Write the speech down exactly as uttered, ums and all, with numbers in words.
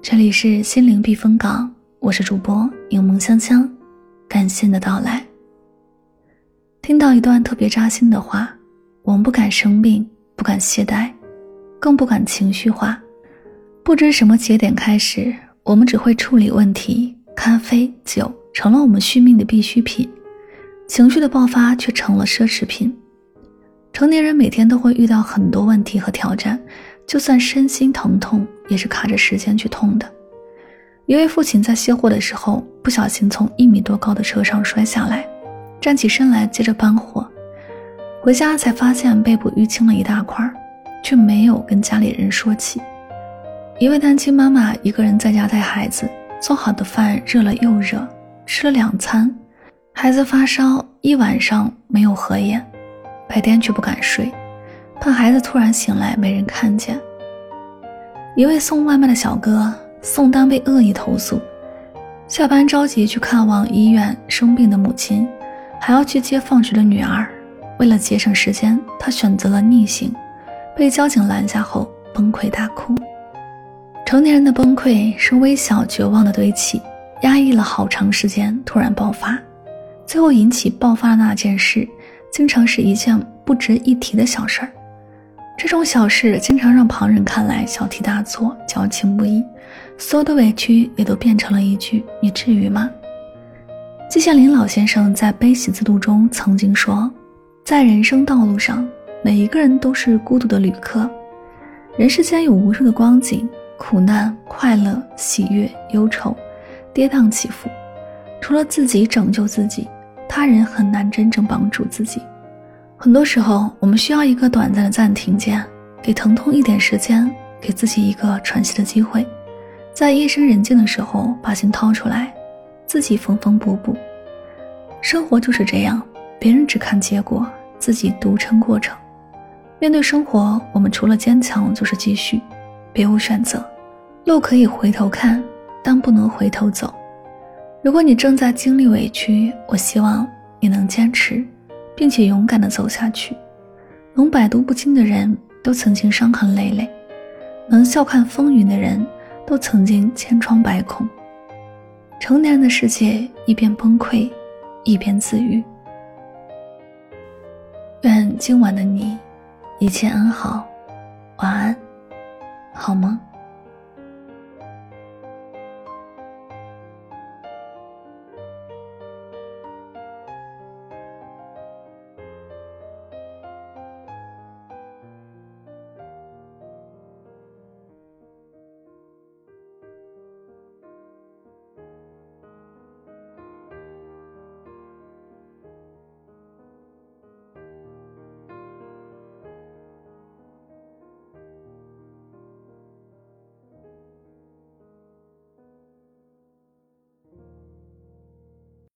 这里是心灵避风港，我是主播柠檬香香，感谢你的到来。听到一段特别扎心的话，我们不敢生病，不敢懈怠，更不敢情绪化。不知什么节点开始，我们只会处理问题，咖啡、酒成了我们续命的必需品，情绪的爆发却成了奢侈品。成年人每天都会遇到很多问题和挑战，就算身心疼痛，也是卡着时间去痛的。一位父亲在卸货的时候，不小心从一米多高的车上摔下来，站起身来接着搬货，回家才发现背部淤青了一大块，却没有跟家里人说起。一位单亲妈妈一个人在家带孩子，做好的饭热了又热，吃了两餐，孩子发烧一晚上没有合眼，白天却不敢睡，怕孩子突然醒来没人看见。一位送外卖的小哥送单被恶意投诉，下班着急去看望医院生病的母亲，还要去接放学的女儿，为了节省时间，他选择了逆行，被交警拦下后崩溃大哭。成年人的崩溃是微小绝望的堆砌，压抑了好长时间，突然爆发，最后引起爆发的那件事经常是一件不值一提的小事儿。这种小事经常让旁人看来小题大做，矫情不已，所有的委屈也都变成了一句你至于吗？季羡林老先生在《悲喜自度》中曾经说，在人生道路上，每一个人都是孤独的旅客，人世间有无数的光景，苦难、快乐、喜悦、忧愁，跌宕起伏，除了自己拯救自己，他人很难真正帮助自己。很多时候，我们需要一个短暂的暂停键，给疼痛一点时间，给自己一个喘息的机会，在夜深人静的时候把心掏出来，自己缝缝补补。生活就是这样，别人只看结果，自己独撑过程。面对生活，我们除了坚强就是继续，别无选择。路可以回头看，但不能回头走。如果你正在经历委屈，我希望你能坚持，并且勇敢地走下去。能百毒不侵的人都曾经伤痕累累，能笑看风云的人都曾经千疮百孔。成年人的世界一边崩溃一边自愈。愿今晚的你一切安好，晚安，好吗？